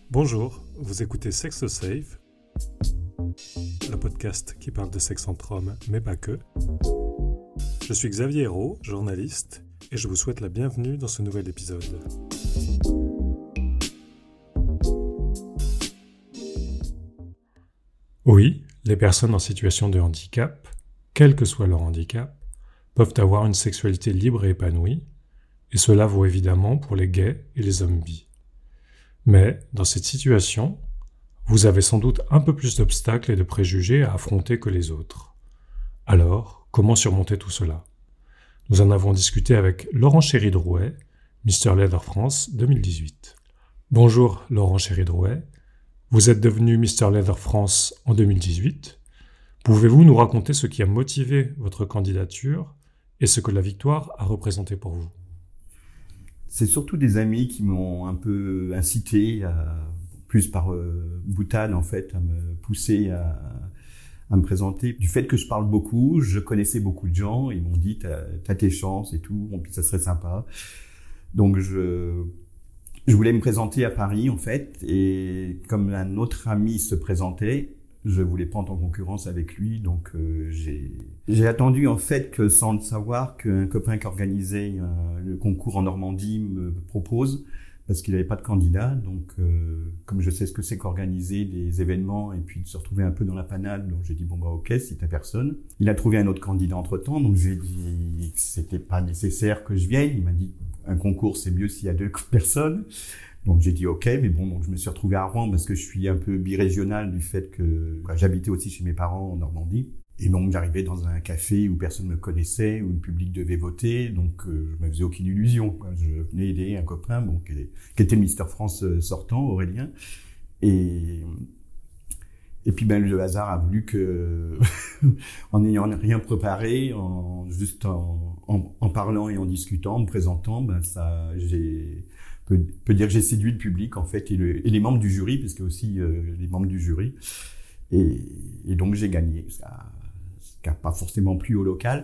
Bonjour, vous écoutez Sex Safe, le podcast qui parle de sexe entre hommes, mais pas que. Je suis Xavier Hérault, journaliste, et je vous souhaite la bienvenue dans ce nouvel épisode. Oui, les personnes en situation de handicap, quel que soit leur handicap, peuvent avoir une sexualité libre et épanouie, et cela vaut évidemment pour les gays et les hommes bi. Mais, dans cette situation, vous avez sans doute un peu plus d'obstacles et de préjugés à affronter que les autres. Alors, comment surmonter tout cela ? Nous en avons discuté avec Laurent Chéry-Drouet, Mr Leather France 2018. Bonjour Laurent Chéry-Drouet, vous êtes devenu Mr Leather France en 2018. Pouvez-vous nous raconter ce qui a motivé votre candidature et ce que la victoire a représenté pour vous ? C'est surtout des amis qui m'ont un peu incité, plus par boutade en fait, à me pousser à me présenter. Du fait que je parle beaucoup, je connaissais beaucoup de gens, ils m'ont dit t'as tes chances et tout, bon, puis ça serait sympa. Donc je voulais me présenter à Paris en fait, et comme un autre ami se présentait, je voulais pas entrer en concurrence avec lui, donc j'ai attendu en fait que sans le savoir qu'un copain qui organisait le concours en Normandie me propose, parce qu'il n'avait pas de candidat, donc comme je sais ce que c'est qu'organiser des événements et puis de se retrouver un peu dans la panade, donc j'ai dit bon bah ok, si t'as personne. Il a trouvé un autre candidat entre temps, donc j'ai dit que c'était pas nécessaire que je vienne. Il m'a dit un concours c'est mieux s'il y a 2 personnes. Donc j'ai dit ok, mais bon, donc je me suis retrouvé à Rouen parce que je suis un peu birégional du fait que j'habitais aussi chez mes parents en Normandie. Et donc j'arrivais dans un café où personne me connaissait, où le public devait voter, donc je me faisais aucune illusion, quoi. Je venais aider un copain, bon, qui était le Mister France sortant, Aurélien. Et puis le hasard a voulu que, en n'ayant rien préparé, juste en parlant et en discutant, en me présentant, peut dire que j'ai séduit le public en fait et les membres du jury, parce qu'il y a aussi les membres du jury, et donc j'ai gagné. Ça n'a pas forcément plu au local,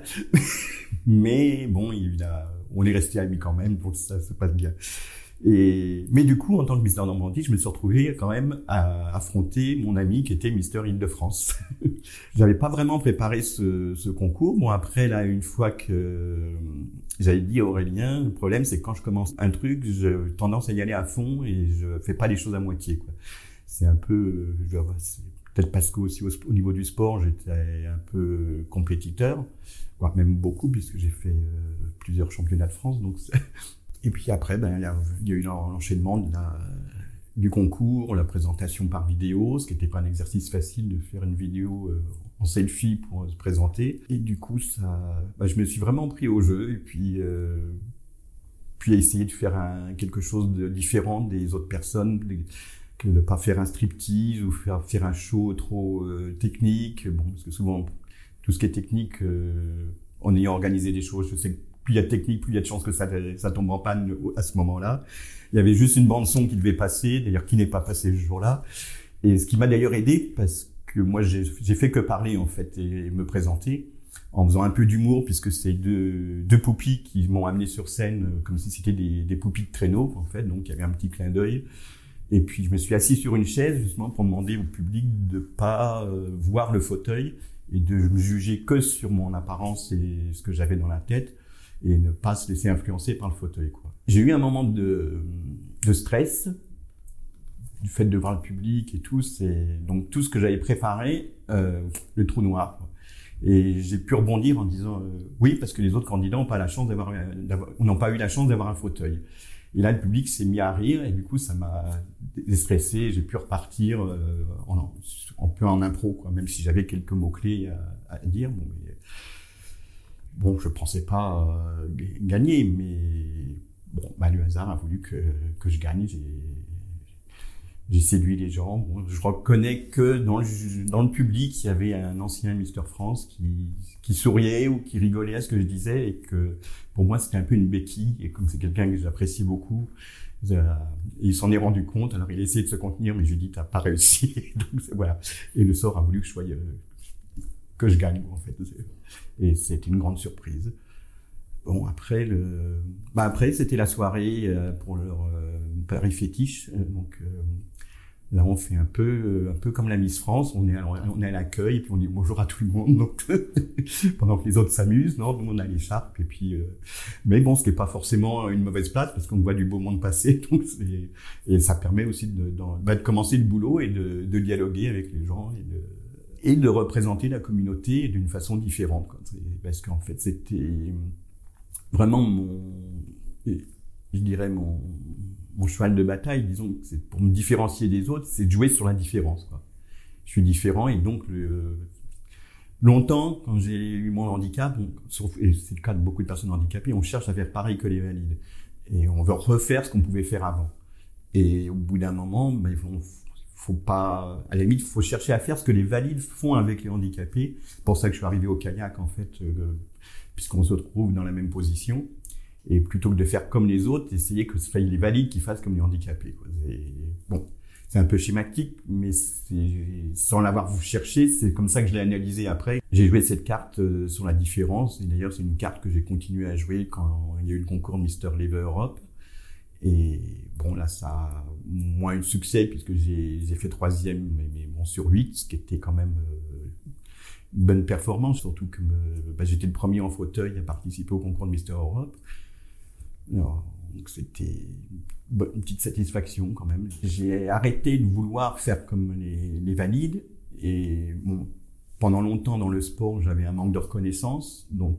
mais bon, on est resté amis quand même, donc ça se passe bien. Mais du coup, en tant que Mister Normandie, je me suis retrouvé quand même à affronter mon ami qui était Mister Île-de-France. J'avais pas vraiment préparé ce concours. Bon, après, là, une fois que j'avais dit à Aurélien, le problème, c'est que quand je commence un truc, j'ai tendance à y aller à fond et je fais pas les choses à moitié, quoi. C'est un peu, c'est peut-être parce qu'au niveau du sport, j'étais un peu compétiteur, voire même beaucoup, puisque j'ai fait plusieurs championnats de France, donc et puis après, il y a eu l'enchaînement du concours, la présentation par vidéo, ce qui n'était pas un exercice facile de faire une vidéo en selfie pour se présenter. Et du coup, je me suis vraiment pris au jeu et puis essayer de faire quelque chose de différent des autres personnes, que de ne pas faire un striptease ou faire un show trop technique. Bon, parce que souvent, tout ce qui est technique, en ayant organisé des choses, je sais que plus il y a de technique, plus il y a de chances que ça tombe en panne à ce moment-là. Il y avait juste une bande son qui devait passer, d'ailleurs qui n'est pas passée ce jour-là. Et ce qui m'a d'ailleurs aidé, parce que moi j'ai fait que parler en fait et me présenter, en faisant un peu d'humour, puisque c'est deux poupies qui m'ont amené sur scène comme si c'était des poupies de traîneau en fait, donc il y avait un petit clin d'œil. Et puis je me suis assis sur une chaise justement pour demander au public de pas voir le fauteuil et de me juger que sur mon apparence et ce que j'avais dans la tête, et ne pas se laisser influencer par le fauteuil, quoi. J'ai eu un moment de stress du fait de voir le public et tout, c'est donc tout ce que j'avais préparé, le trou noir, quoi. Et j'ai pu rebondir en disant oui, parce que les autres candidats n'ont pas eu la chance d'avoir un fauteuil. Et là, le public s'est mis à rire et du coup, ça m'a déstressé. J'ai pu repartir un peu en impro, quoi, même si j'avais quelques mots-clés à dire. Bon, je pensais pas gagner, mais bon, le hasard a voulu que je gagne. J'ai séduit les gens. Bon, je reconnais que dans le public, il y avait un ancien Mister France qui souriait ou qui rigolait à ce que je disais, et que pour moi, c'était un peu une béquille. Et comme c'est quelqu'un que j'apprécie beaucoup, il s'en est rendu compte. Alors, il a essayé de se contenir, mais je lui ai dit, t'as pas réussi. Donc, voilà. Et le sort a voulu que je gagne, en fait. Et c'était une grande surprise. Bon, après, c'était la soirée pour leur Paris fétiche. Donc, Là, on fait un peu comme la Miss France. On est à l'accueil, et puis on dit bonjour à tout le monde. Donc, pendant que les autres s'amusent, non, nous on a l'écharpe. Et puis, mais bon, ce qui est pas forcément une mauvaise place parce qu'on voit du beau monde passer. Donc, et ça permet aussi de commencer le boulot et de dialoguer avec les gens et de représenter la communauté d'une façon différente. Quoi. Parce qu'en fait, c'était vraiment je dirais mon cheval de bataille, disons, c'est pour me différencier des autres, c'est de jouer sur la différence, quoi. Je suis différent et donc longtemps, quand j'ai eu mon handicap, et c'est le cas de beaucoup de personnes handicapées, on cherche à faire pareil que les valides. Et on veut refaire ce qu'on pouvait faire avant. Et au bout d'un moment, faut pas, à la limite, faut chercher à faire ce que les valides font avec les handicapés. C'est pour ça que je suis arrivé au kayak, en fait, puisqu'on se trouve dans la même position. Et plutôt que de faire comme les autres, essayer que ce soit les valides qui fassent comme les handicapés, quoi. Bon, c'est un peu schématique, mais sans l'avoir cherché, c'est comme ça que je l'ai analysé après. J'ai joué cette carte sur la différence, et d'ailleurs c'est une carte que j'ai continué à jouer quand il y a eu le concours Mister Lever Europe. Et bon, là ça a moins eu de succès puisque j'ai fait 3e, mais bon, sur 8, ce qui était quand même une bonne performance, surtout que j'étais le premier en fauteuil à participer au concours de Mister Europe. Alors, donc c'était une petite satisfaction quand même. J'ai arrêté de vouloir faire comme les valides et bon, pendant longtemps dans le sport j'avais un manque de reconnaissance, donc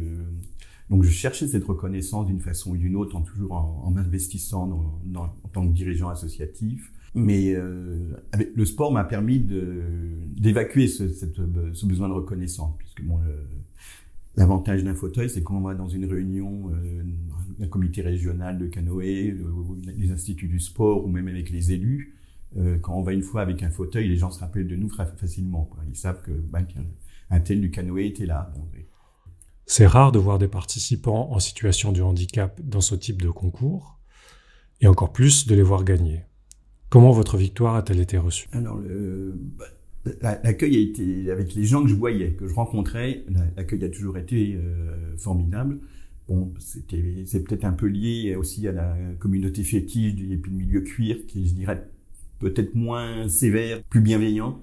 je cherchais cette reconnaissance d'une façon ou d'une autre, toujours en m'investissant en tant que dirigeant associatif. Mais le sport m'a permis d'évacuer ce besoin de reconnaissance, puisque bon, l'avantage d'un fauteuil, c'est quand on va dans une réunion d'un comité régional de canoë, des instituts du sport ou même avec les élus, quand on va une fois avec un fauteuil, les gens se rappellent de nous facilement, quoi. Ils savent qu'un tel du canoë était là. Bon, c'est rare de voir des participants en situation de handicap dans ce type de concours, et encore plus de les voir gagner. Comment votre victoire a-t-elle été reçue ? Alors, l'accueil a été, avec les gens que je voyais, que je rencontrais, l'accueil a toujours été formidable. Bon, c'est peut-être un peu lié aussi à la communauté fétiche et puis le milieu cuir, qui est, je dirais, peut-être moins sévère, plus bienveillant,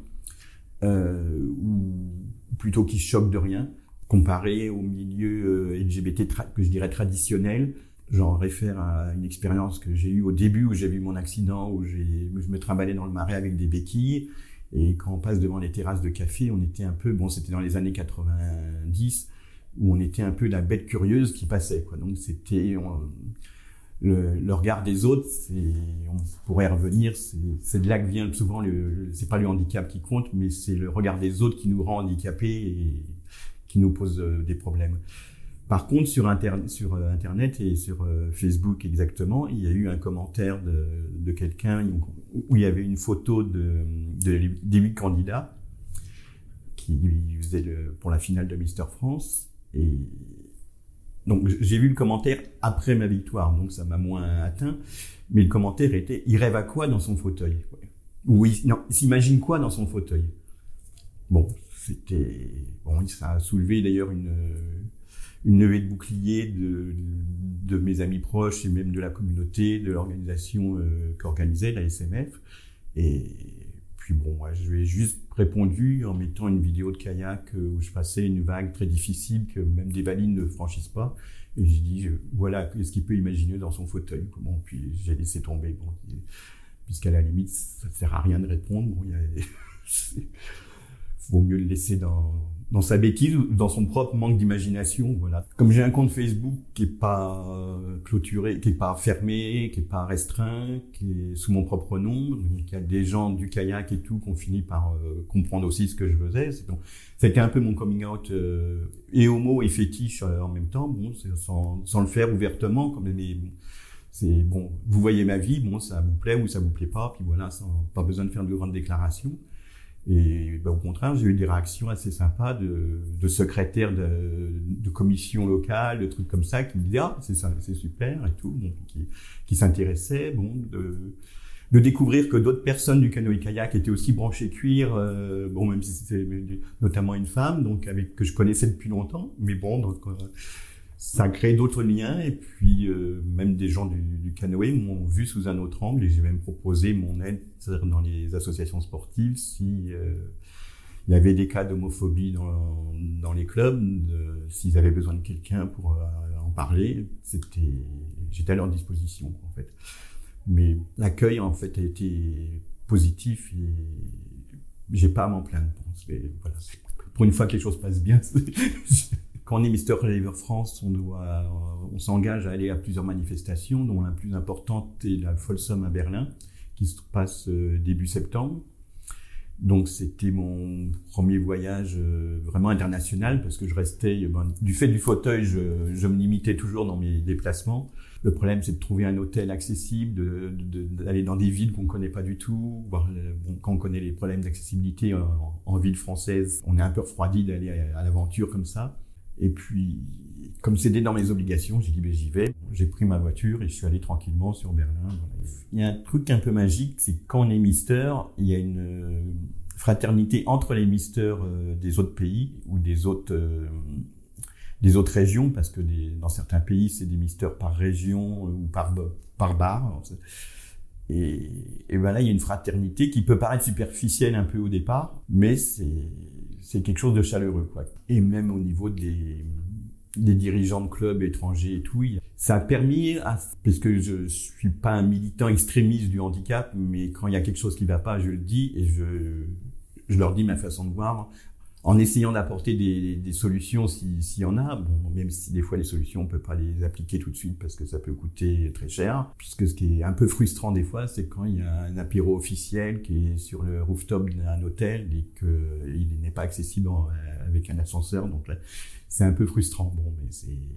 ou plutôt qui se choque de rien, comparé au milieu LGBT que je dirais traditionnel. J'en réfère à une expérience que j'ai eue au début où j'ai vu mon accident, où je me trimballais dans le marais avec des béquilles. Et quand on passe devant les terrasses de café, on était un peu, bon, c'était dans les années 90, où on était un peu la bête curieuse qui passait, quoi. Donc c'était le regard des autres, on pourrait revenir, c'est de là que vient souvent c'est pas le handicap qui compte, mais c'est le regard des autres qui nous rend handicapés et qui nous pose des problèmes. Par contre, sur Internet et sur Facebook exactement, il y a eu un commentaire de quelqu'un où il y avait une photo des 8 candidats qui faisaient pour la finale de Mister France. Et donc, j'ai vu le commentaire après ma victoire, donc ça m'a moins atteint. Mais le commentaire était « Il rêve à quoi dans son fauteuil ?» Ou il s'imagine quoi dans son fauteuil? Bon, ça a soulevé d'ailleurs une levée de bouclier de mes amis proches et même de la communauté, de l'organisation qu'organisait la SMF. Et puis bon, je lui ai juste répondu en mettant une vidéo de kayak où je passais une vague très difficile que même des valides ne franchissent pas. Et j'ai dit, voilà, ce qu'il peut imaginer dans son fauteuil. Bon, puis j'ai laissé tomber. Bon, puisqu'à la limite, ça ne sert à rien de répondre. Bon, vaut mieux le laisser dans sa béquille ou dans son propre manque d'imagination, voilà. Comme j'ai un compte Facebook qui est pas clôturé, qui est pas fermé, qui est pas restreint, qui est sous mon propre nom, donc il y a des gens du kayak et tout qui ont fini par comprendre aussi ce que je faisais. Donc, ça a été un peu mon coming out et homo et fétiche en même temps, bon, sans le faire ouvertement, quand même, mais c'est bon, vous voyez ma vie, bon, ça vous plaît ou ça vous plaît pas, puis voilà, pas besoin de faire de grandes déclarations. Et au contraire, j'ai eu des réactions assez sympas de secrétaires de commissions locales, de trucs comme ça, qui me disaient « Ah, c'est super » et tout, donc, qui s'intéressaient, bon, de découvrir que d'autres personnes du canoë-kayak étaient aussi branchées cuir, bon, même si c'était notamment une femme, donc que je connaissais depuis longtemps, mais bon, donc ça a créé d'autres liens, et puis même des gens du canoë m'ont vu sous un autre angle, et j'ai même proposé mon aide dans les associations sportives si il y avait des cas d'homophobie dans les clubs, s'ils avaient besoin de quelqu'un pour en parler, j'étais à leur disposition en fait. Mais l'accueil en fait a été positif et j'ai pas à m'en plaindre. Mais voilà, pour une fois que les choses passent bien. Quand on est Mister Reliever France, on s'engage à aller à plusieurs manifestations, dont la plus importante est la Folsom à Berlin, qui se passe début septembre. Donc c'était mon premier voyage vraiment international, parce que je restais, du fait du fauteuil, je me limitais toujours dans mes déplacements. Le problème, c'est de trouver un hôtel accessible, d'aller dans des villes qu'on connaît pas du tout. Quand on connaît les problèmes d'accessibilité en ville française, on est un peu refroidi d'aller à l'aventure comme ça. Et puis, comme c'était dans mes obligations, j'ai dit j'y vais. J'ai pris ma voiture et je suis allé tranquillement sur Berlin. Voilà. Il y a un truc un peu magique, c'est que quand on est mister, il y a une fraternité entre les misters des autres pays ou des autres régions, parce que dans certains pays, c'est des misters par région ou par bar. Et ben là, il y a une fraternité qui peut paraître superficielle un peu au départ, mais c'est quelque chose de chaleureux, quoi. Et même au niveau des dirigeants de clubs étrangers et tout, ça a permis, parce que je suis pas un militant extrémiste du handicap, mais quand il y a quelque chose qui va pas, je le dis et je leur dis ma façon de voir, en essayant d'apporter des solutions s'il y en a. Bon, même si des fois les solutions on peut pas les appliquer tout de suite parce que ça peut coûter très cher. Puisque ce qui est un peu frustrant des fois, c'est quand il y a un apéro officiel qui est sur le rooftop d'un hôtel et qu'il n'est pas accessible avec un ascenseur. Donc là, c'est un peu frustrant. Bon, mais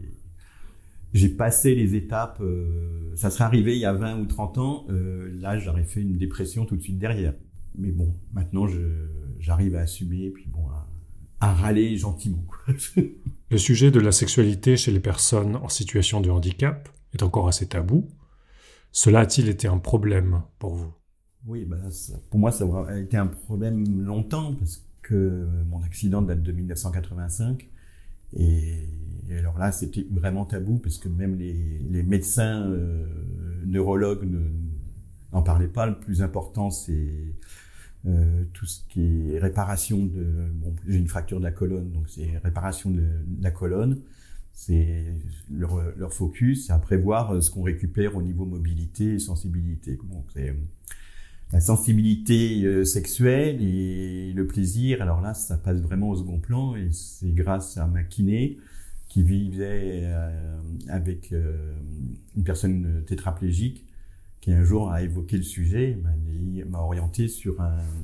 j'ai passé les étapes, ça serait arrivé il y a 20 ou 30 ans, là j'aurais fait une dépression tout de suite derrière. Mais bon, maintenant j'arrive à assumer, puis bon, à râler gentiment, quoi. Le sujet de la sexualité chez les personnes en situation de handicap est encore assez tabou. Cela a-t-il été un problème pour vous ? Oui, pour moi ça a été un problème longtemps, parce que mon accident date de 1985. Et alors là, c'était vraiment tabou, parce que même les médecins neurologues n'en parlaient pas. Le plus important, c'est tout ce qui est réparation j'ai une fracture de la colonne, donc c'est réparation de la colonne. C'est leur focus, c'est à prévoir ce qu'on récupère au niveau mobilité et sensibilité. Donc c'est la sensibilité sexuelle et le plaisir. Alors là, ça passe vraiment au second plan, et c'est grâce à ma kiné qui vivait avec une personne tétraplégique qui un jour a évoqué le sujet. Il m'a orienté sur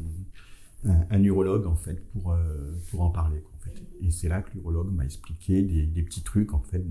un urologue en fait pour en parler, quoi, en fait. Et c'est là que l'urologue m'a expliqué des petits trucs, en fait,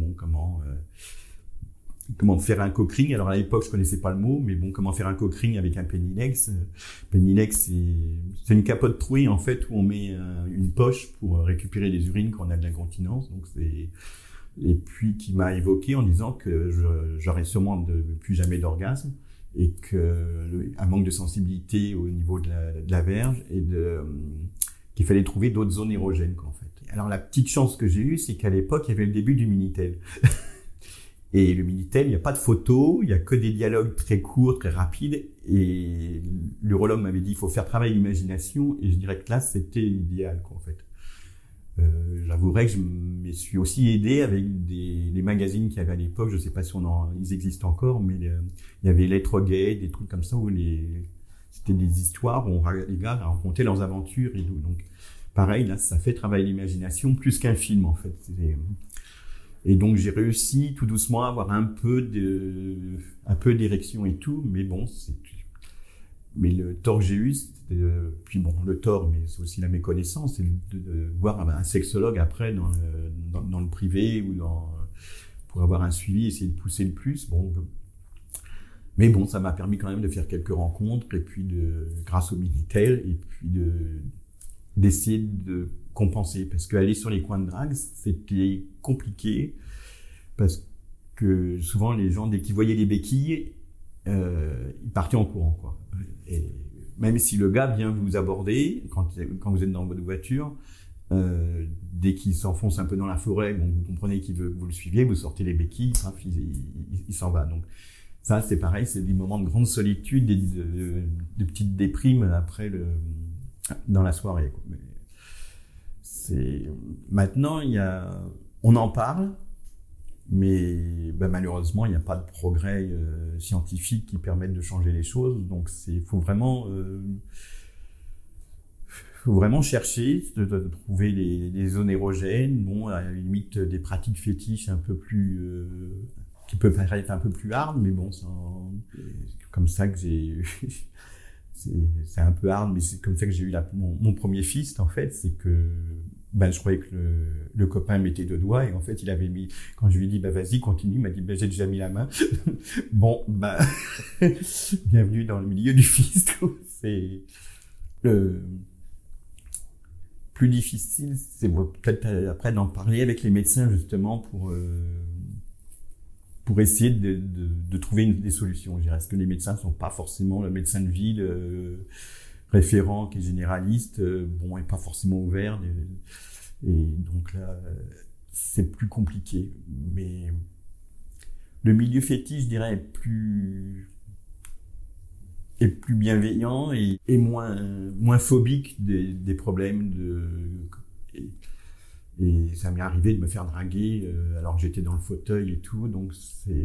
comment faire un cockring. Alors à l'époque, je connaissais pas le mot, mais bon, comment faire un cockring avec un Pennilex. Pennilex, c'est une capote trouée, en fait, où on met une poche pour récupérer les urines quand on a de l'incontinence. Donc et puis qui m'a évoqué en disant que j'aurais sûrement plus jamais d'orgasme, et un manque de sensibilité au niveau de la verge, et qu'il fallait trouver d'autres zones érogènes, quoi, en fait. Alors la petite chance que j'ai eue, c'est qu'à l'époque, il y avait le début du Minitel. Et le Minitel, il n'y a pas de photos, il n'y a que des dialogues très courts, très rapides. Et l'urologue m'avait dit, il faut faire travailler l'imagination. Et je dirais que là, c'était l'idéal, quoi, en fait. J'avouerais que je me suis aussi aidé avec les magazines qu'il y avait à l'époque. Je ne sais pas si ils existent encore, mais il y avait Lettres Gay, des trucs comme ça où c'était des histoires où les gars racontaient leurs aventures et tout. Donc, pareil, là, ça fait travailler l'imagination plus qu'un film, en fait. Et donc, j'ai réussi tout doucement à avoir un peu d'érection et tout, mais bon, mais le tort que j'ai eu, puis bon, le tort, mais c'est aussi la méconnaissance, c'est de voir un sexologue après dans le privé ou pour avoir un suivi, essayer de pousser le plus. Bon, mais bon, ça m'a permis quand même de faire quelques rencontres, et puis grâce au Minitel, et puis d'essayer de compenser, parce qu'aller sur les coins de drague, c'était compliqué, parce que souvent les gens, dès qu'ils voyaient les béquilles, ils partaient en courant, quoi. Et même si le gars vient vous aborder quand vous êtes dans votre voiture, Dès qu'il s'enfonce un peu dans la forêt, bon, vous comprenez qu'il veut que vous le suiviez, vous sortez les béquilles, paf, il s'en va. Donc ça, c'est pareil, c'est des moments de grande solitude et de petites déprimes après dans la soirée, quoi. Mais maintenant, on en parle, mais malheureusement, il n'y a pas de progrès scientifique qui permette de changer les choses. Donc faut vraiment chercher de trouver les zones érogènes, bon, à la limite des pratiques fétiches un peu plus qui peuvent paraître un peu plus hard, mais bon, c'est comme ça que j'ai c'est un peu hard, mais c'est comme ça que j'ai eu mon premier fist, en fait. C'est que je croyais que le copain mettait 2 doigts, et en fait il avait mis, quand je lui ai dit vas-y continue, il m'a dit j'ai déjà mis la main. Bon, bienvenue dans le milieu du fist. C'est le plus difficile, c'est peut-être après d'en parler avec les médecins, justement, pour essayer de trouver des solutions. Je dirais, est-ce que les médecins sont pas forcément, le médecin de ville référent qui est généraliste, est pas forcément ouvert, et donc là c'est plus compliqué. Mais le milieu fétiche, je dirais, est plus bienveillant et moins phobique des problèmes et ça m'est arrivé de me faire draguer alors que j'étais dans le fauteuil et tout, donc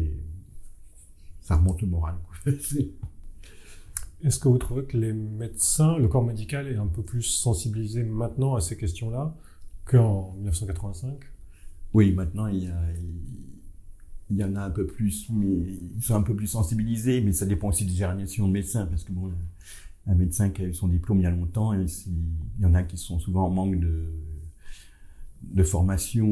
ça remonte le moral, quoi. Est-ce que vous trouvez que les médecins, le corps médical est un peu plus sensibilisé maintenant à ces questions-là qu'en 1985 ? Oui, maintenant il y en a un peu plus, mais ils sont un peu plus sensibilisés, mais ça dépend aussi des générations de médecins, parce que bon, un médecin qui a eu son diplôme il y a longtemps, il y en a qui sont souvent en manque de formation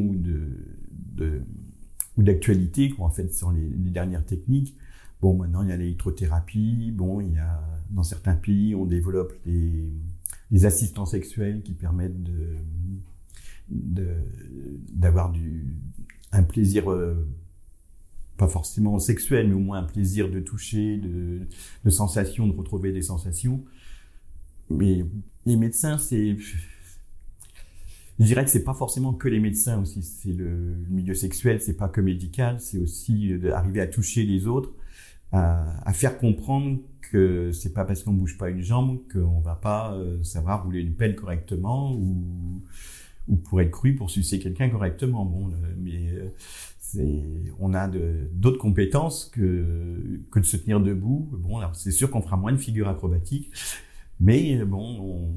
ou d'actualité, quoi, en fait, sur les dernières techniques. Bon, maintenant, il y a l'électrothérapie. Bon, dans certains pays, on développe les assistants sexuels qui permettent d'avoir un plaisir, pas forcément sexuel, mais au moins un plaisir de toucher, de sensations, de retrouver des sensations. Mais les médecins, je dirais que c'est pas forcément que les médecins aussi. C'est le milieu sexuel, c'est pas que médical, c'est aussi d'arriver à toucher les autres, à faire comprendre que c'est pas parce qu'on bouge pas une jambe qu'on va pas savoir rouler une pelle correctement ou pour être cru pour sucer quelqu'un correctement. Bon, on a d'autres compétences que de se tenir debout. Bon, alors c'est sûr qu'on fera moins de figures acrobatiques, mais bon,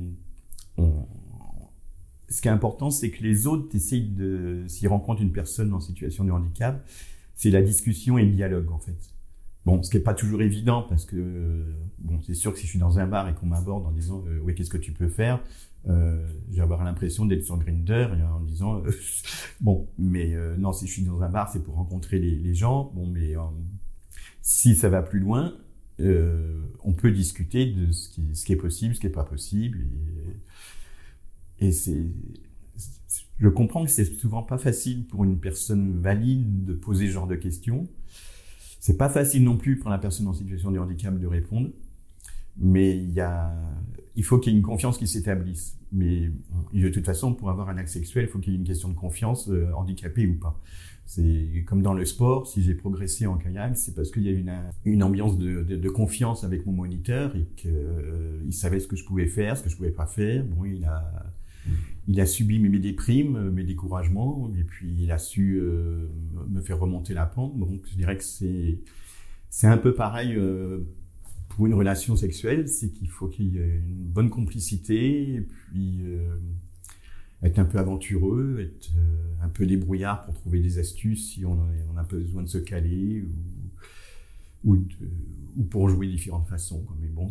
ce qui est important, c'est que les autres essayent s'ils rencontrent une personne en situation de handicap, c'est la discussion et le dialogue, en fait. Bon, ce qui est pas toujours évident, parce que, c'est sûr que si je suis dans un bar et qu'on m'aborde en disant, oui, qu'est-ce que tu peux faire? Je vais avoir l'impression d'être sur Grindr en disant, non, si je suis dans un bar, c'est pour rencontrer les gens. Bon, mais, si ça va plus loin, on peut discuter de ce qui est possible, ce qui est pas possible, et je comprends que c'est souvent pas facile pour une personne valide de poser ce genre de questions. C'est pas facile non plus pour la personne en situation de handicap de répondre. Mais il faut qu'il y ait une confiance qui s'établisse. Mais de toute façon, pour avoir un acte sexuel, il faut qu'il y ait une question de confiance, handicapé ou pas. C'est comme dans le sport, si j'ai progressé en kayak, c'est parce qu'il y a une ambiance de confiance avec mon moniteur et qu'il savait ce que je pouvais faire, ce que je pouvais pas faire. Bon, il a subi mes déprimes, mes découragements, et puis il a su me faire remonter la pente. Donc je dirais que c'est un peu pareil pour une relation sexuelle, c'est qu'il faut qu'il y ait une bonne complicité, et puis être un peu aventureux, être un peu débrouillard pour trouver des astuces si on a besoin de se caler ou pour jouer différentes façons. Mais bon,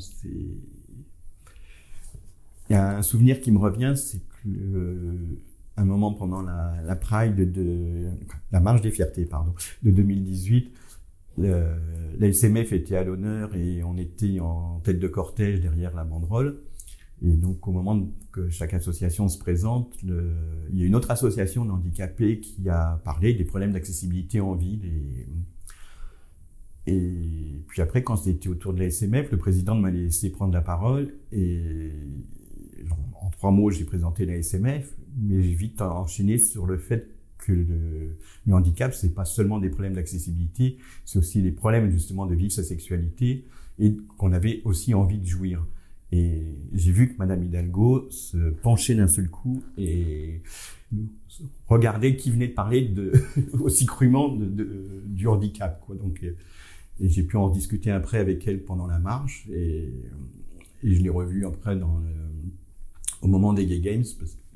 il y a un souvenir qui me revient, c'est que un moment pendant la Pride la marche des fiertés, de 2018, la SMF était à l'honneur et on était en tête de cortège derrière la banderole. Et donc, au moment que chaque association se présente, il y a une autre association d'handicapés qui a parlé des problèmes d'accessibilité en ville. Et puis après, quand c'était au tour de la SMF, le président m'a laissé prendre la parole et 3 mots, j'ai présenté la SMF, mais j'ai vite enchaîné sur le fait que le handicap, c'est pas seulement des problèmes d'accessibilité, c'est aussi des problèmes justement de vivre sa sexualité et qu'on avait aussi envie de jouir. Et j'ai vu que Madame Hidalgo se penchait d'un seul coup et regardait qui venait de parler aussi crûment du handicap, quoi. Donc, et j'ai pu en discuter après avec elle pendant la marche et je l'ai revue après au moment des Gay Games.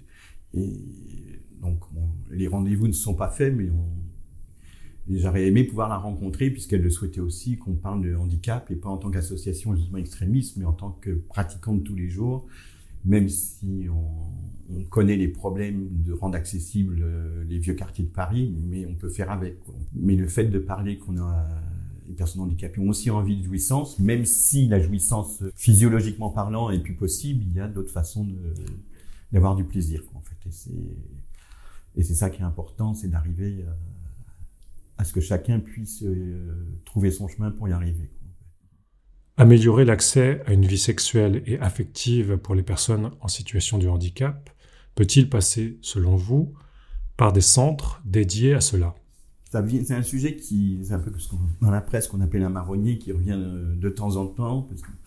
Donc, bon, les rendez-vous ne sont pas faits, mais j'aurais aimé pouvoir la rencontrer puisqu'elle le souhaitait aussi qu'on parle de handicap et pas en tant qu'association justement extrémiste, mais en tant que pratiquant de tous les jours, même si on connaît les problèmes de rendre accessibles les vieux quartiers de Paris, mais on peut faire avec, quoi. Mais le fait de parler les personnes handicapées ont aussi envie de jouissance, même si la jouissance physiologiquement parlant est plus possible, il y a d'autres façons d'avoir du plaisir, quoi, en fait. Et c'est ça qui est important, c'est d'arriver à ce que chacun puisse trouver son chemin pour y arriver. Améliorer l'accès à une vie sexuelle et affective pour les personnes en situation de handicap peut-il passer, selon vous, par des centres dédiés à cela ? C'est un sujet c'est un peu dans la presse qu'on appelle un marronnier qui revient de temps en temps,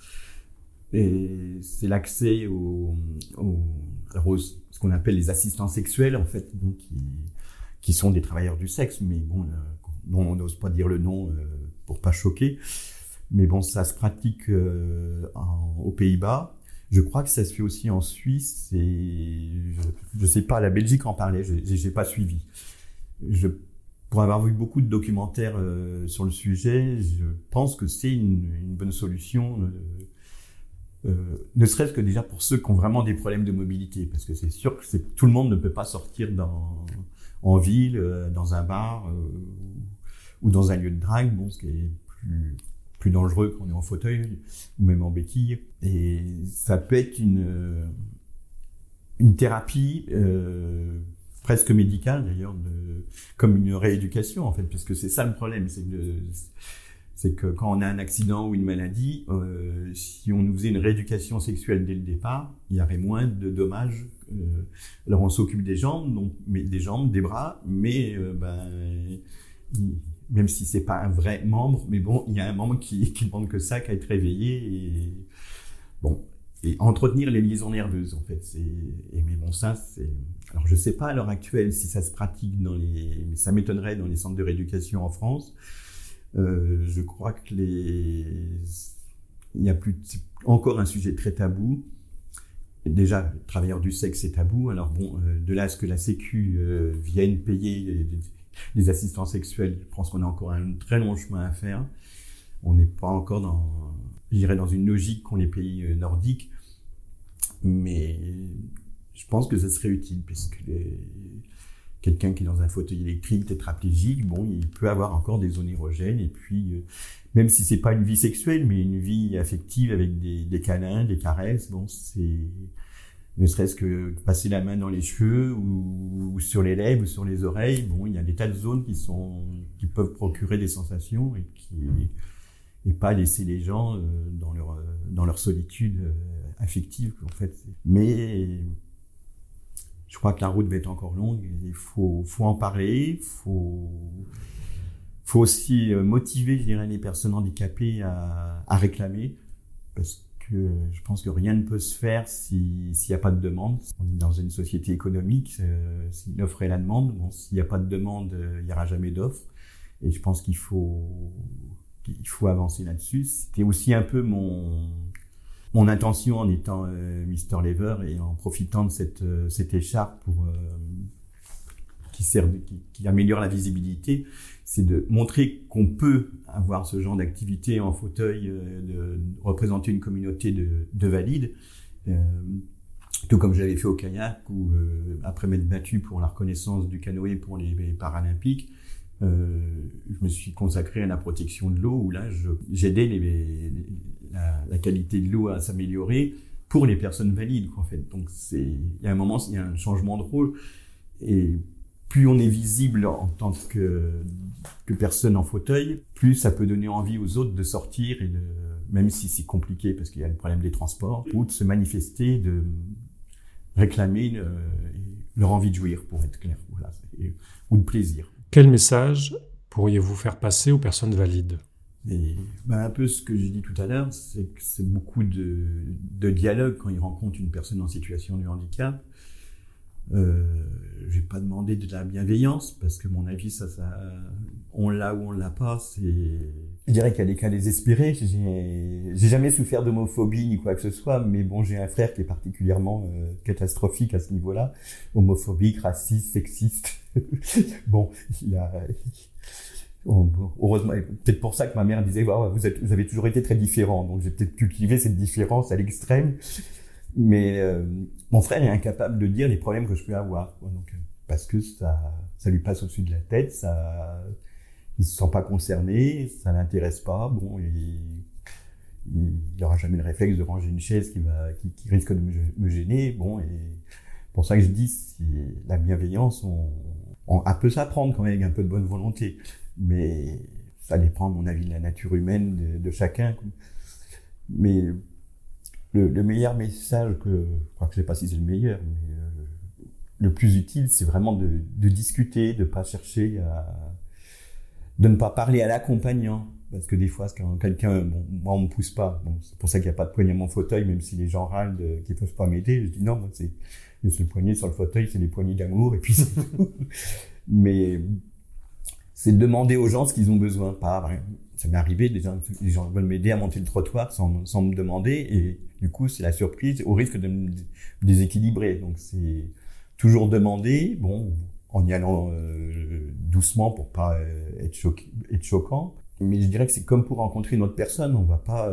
et c'est l'accès ce qu'on appelle les assistants sexuels, en fait, donc, qui sont des travailleurs du sexe, mais bon, on n'ose pas dire le nom pour pas choquer. Mais bon, ça se pratique aux Pays-Bas. Je crois que ça se fait aussi en Suisse et je sais pas, la Belgique en parlait, j'ai pas suivi. Pour avoir vu beaucoup de documentaires sur le sujet, je pense que c'est une bonne solution, ne serait-ce que déjà pour ceux qui ont vraiment des problèmes de mobilité, parce que c'est sûr que tout le monde ne peut pas sortir en ville, dans un bar ou dans un lieu de drague, bon, ce qui est plus dangereux quand on est en fauteuil ou même en béquille. Et ça peut être une thérapie presque médicale d'ailleurs, comme une rééducation en fait, puisque c'est ça le problème, c'est que quand on a un accident ou une maladie, si on nous faisait une rééducation sexuelle dès le départ, il y aurait moins de dommages. Alors on s'occupe des jambes, des bras, mais même si c'est pas un vrai membre, mais bon, il y a un membre qui ne demande que ça, qu'à être réveillé et entretenir les liaisons nerveuses en fait. Mais bon, ça c'est. Alors je sais pas à l'heure actuelle si ça se pratique mais ça m'étonnerait dans les centres de rééducation en France. Je crois que c'est encore un sujet très tabou. Déjà, les travailleurs du sexe, c'est tabou. Alors bon, de là à ce que la Sécu vienne payer des assistants sexuels, je pense qu'on a encore un très long chemin à faire. On n'est pas encore dans une logique qu'ont les pays nordiques, mais je pense que ça serait utile, puisque quelqu'un qui est dans un fauteuil électrique, tétraplégique, bon, il peut avoir encore des zones érogènes, et puis, même si c'est pas une vie sexuelle, mais une vie affective avec des câlins, des caresses, bon, ne serait-ce que passer la main dans les cheveux ou sur les lèvres ou sur les oreilles, bon, il y a des tas de zones qui peuvent procurer des sensations et pas laisser les gens dans leur solitude affective, en fait. Mais je crois que la route va être encore longue. Il faut en parler. Faut aussi motiver, je dirais, les personnes handicapées à réclamer, parce que je pense que rien ne peut se faire s'il n'y a pas de demande. On est dans une société économique, c'est l'offre et la demande. Bon, s'il n'y a pas de demande, il n'y aura jamais d'offre. Et je pense qu'il faut avancer là-dessus. C'était aussi un peu mon intention en étant Mr. Lever et en profitant de cette écharpe qui améliore la visibilité, c'est de montrer qu'on peut avoir ce genre d'activité en fauteuil, de représenter une communauté de valides, tout comme j'avais fait au kayak ou après m'être battu pour la reconnaissance du canoë pour les Paralympiques. Je me suis consacré à la protection de l'eau, où là j'aidais la qualité de l'eau à s'améliorer pour les personnes valides, quoi, en fait. Donc il y a un moment, il y a un changement de rôle, et plus on est visible en tant que personne en fauteuil, plus ça peut donner envie aux autres de sortir même si c'est compliqué parce qu'il y a le problème des transports, ou de se manifester, réclamer leur envie de jouir, pour être clair, voilà, ou de plaisir. Quel message pourriez-vous faire passer aux personnes valides ? Et un peu ce que j'ai dit tout à l'heure, c'est que c'est beaucoup de dialogue quand ils rencontrent une personne en situation de handicap. Je vais pas demander de la bienveillance, parce que mon avis, ça on l'a ou on l'a pas. Je dirais qu'il y a des cas désespérés. J'ai jamais souffert d'homophobie ni quoi que ce soit, mais bon, j'ai un frère qui est particulièrement catastrophique à ce niveau-là, homophobique, raciste, sexiste. Bon, heureusement, peut-être pour ça que ma mère disait vous avez toujours été très différents, donc j'ai peut-être cultivé cette différence à l'extrême. Mais mon frère est incapable de dire les problèmes que je peux avoir, quoi. Donc, parce que ça lui passe au-dessus de la tête, il se sent pas concerné, ça l'intéresse pas. Bon, il aura jamais le réflexe de ranger une chaise qui risque de me gêner. Bon, et pour ça que je dis, la bienveillance, on peut s'apprendre quand même avec un peu de bonne volonté, mais ça dépend, à mon avis, de la nature humaine de chacun. Mais le meilleur message je crois que je sais pas si c'est le meilleur, mais le plus utile, c'est vraiment de discuter, de pas chercher de ne pas parler à l'accompagnant, parce que des fois, quand quelqu'un, moi on me pousse pas, c'est pour ça qu'il n'y a pas de poignée à mon fauteuil, même si les gens râlent qu'ils peuvent pas m'aider, je dis non, moi c'est le poignet sur le fauteuil, c'est des poignées d'amour, et puis c'est tout. Mais c'est de demander aux gens ce qu'ils ont besoin. Ça m'est arrivé, les gens veulent m'aider à monter le trottoir sans me demander, et du coup, c'est la surprise, au risque de me déséquilibrer. Donc, c'est toujours demander, en y allant doucement pour pas être choquant. Mais je dirais que c'est comme pour rencontrer une autre personne, on va pas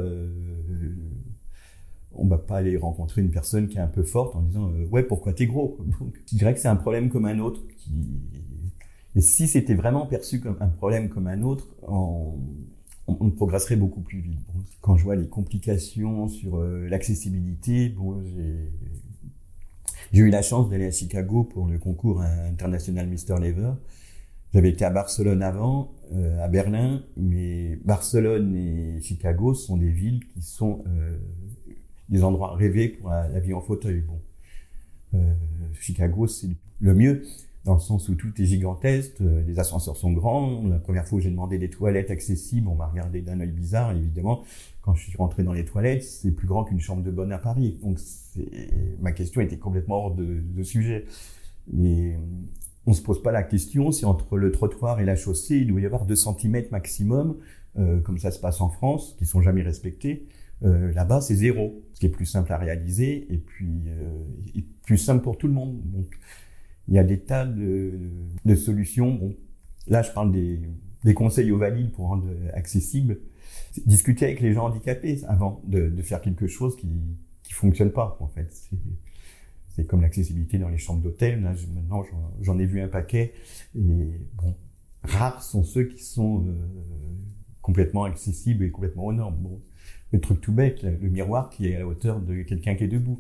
aller rencontrer une personne qui est un peu forte en disant ouais, pourquoi t'es gros, quoi. Donc, je dirais que c'est un problème comme un autre et si c'était vraiment perçu comme un problème comme un autre, on progresserait beaucoup plus vite. Bon, quand je vois les complications sur l'accessibilité, j'ai eu la chance d'aller à Chicago pour le concours international Mr. Lever. J'avais été à Barcelone avant, à Berlin, mais Barcelone et Chicago sont des villes qui sont des endroits rêvés pour la vie en fauteuil. Chicago, c'est le mieux, dans le sens où tout est gigantesque, les ascenseurs sont grands. La première fois où j'ai demandé des toilettes accessibles, on m'a regardé d'un œil bizarre. Évidemment, quand je suis rentré dans les toilettes, c'est plus grand qu'une chambre de bonne à Paris. Donc, ma question était complètement hors de sujet. On se pose pas la question si entre le trottoir et la chaussée, il doit y avoir 2 cm maximum, comme ça se passe en France, qui sont jamais respectés. Là-bas, c'est 0, ce qui est plus simple à réaliser et puis plus simple pour tout le monde. Donc, il y a des tas de solutions. Bon, là, je parle des conseils aux valides pour rendre accessible. Discuter avec les gens handicapés avant de faire quelque chose qui fonctionne pas, en fait. C'est comme l'accessibilité dans les chambres d'hôtel. Là, maintenant, j'en ai vu un paquet. Et bon, rares sont ceux qui sont complètement accessibles et complètement aux normes. Bon, le truc tout bête, le miroir qui est à la hauteur de quelqu'un qui est debout.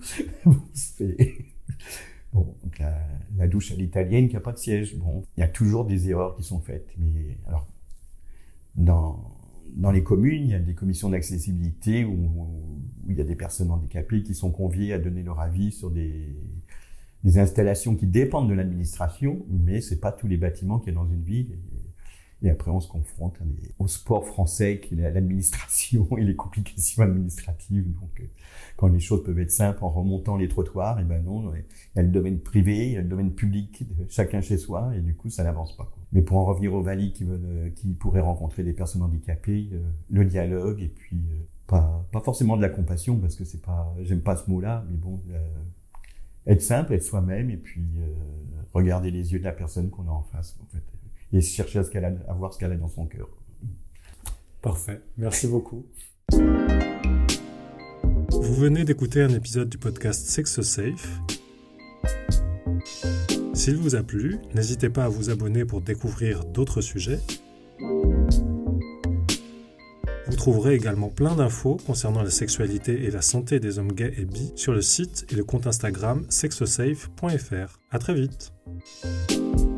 Bon, donc la douche à l'italienne qui a pas de siège. Bon, il y a toujours des erreurs qui sont faites. Mais alors, dans les communes, il y a des commissions d'accessibilité où il y a des personnes handicapées qui sont conviées à donner leur avis sur des installations qui dépendent de l'administration, mais c'est pas tous les bâtiments qu'il y a dans une ville. Et après, on se confronte au sport français qui est l'administration et les complications administratives. Donc, quand les choses peuvent être simples en remontant les trottoirs, et ben non, il y a le domaine privé, il y a le domaine public, chacun chez soi, et du coup, ça n'avance pas, quoi. Mais pour en revenir aux valides qui pourraient rencontrer des personnes handicapées, le dialogue, et puis pas forcément de la compassion, parce que j'aime pas ce mot-là, mais bon, être simple, être soi-même, et puis regarder les yeux de la personne qu'on a en face, en fait. Et chercher à voir ce qu'elle a dans son cœur. Parfait. Merci beaucoup. Vous venez d'écouter un épisode du podcast Sex Safe. S'il vous a plu, n'hésitez pas à vous abonner pour découvrir d'autres sujets. Vous trouverez également plein d'infos concernant la sexualité et la santé des hommes gays et bi sur le site et le compte Instagram sexsafe.fr. À très vite.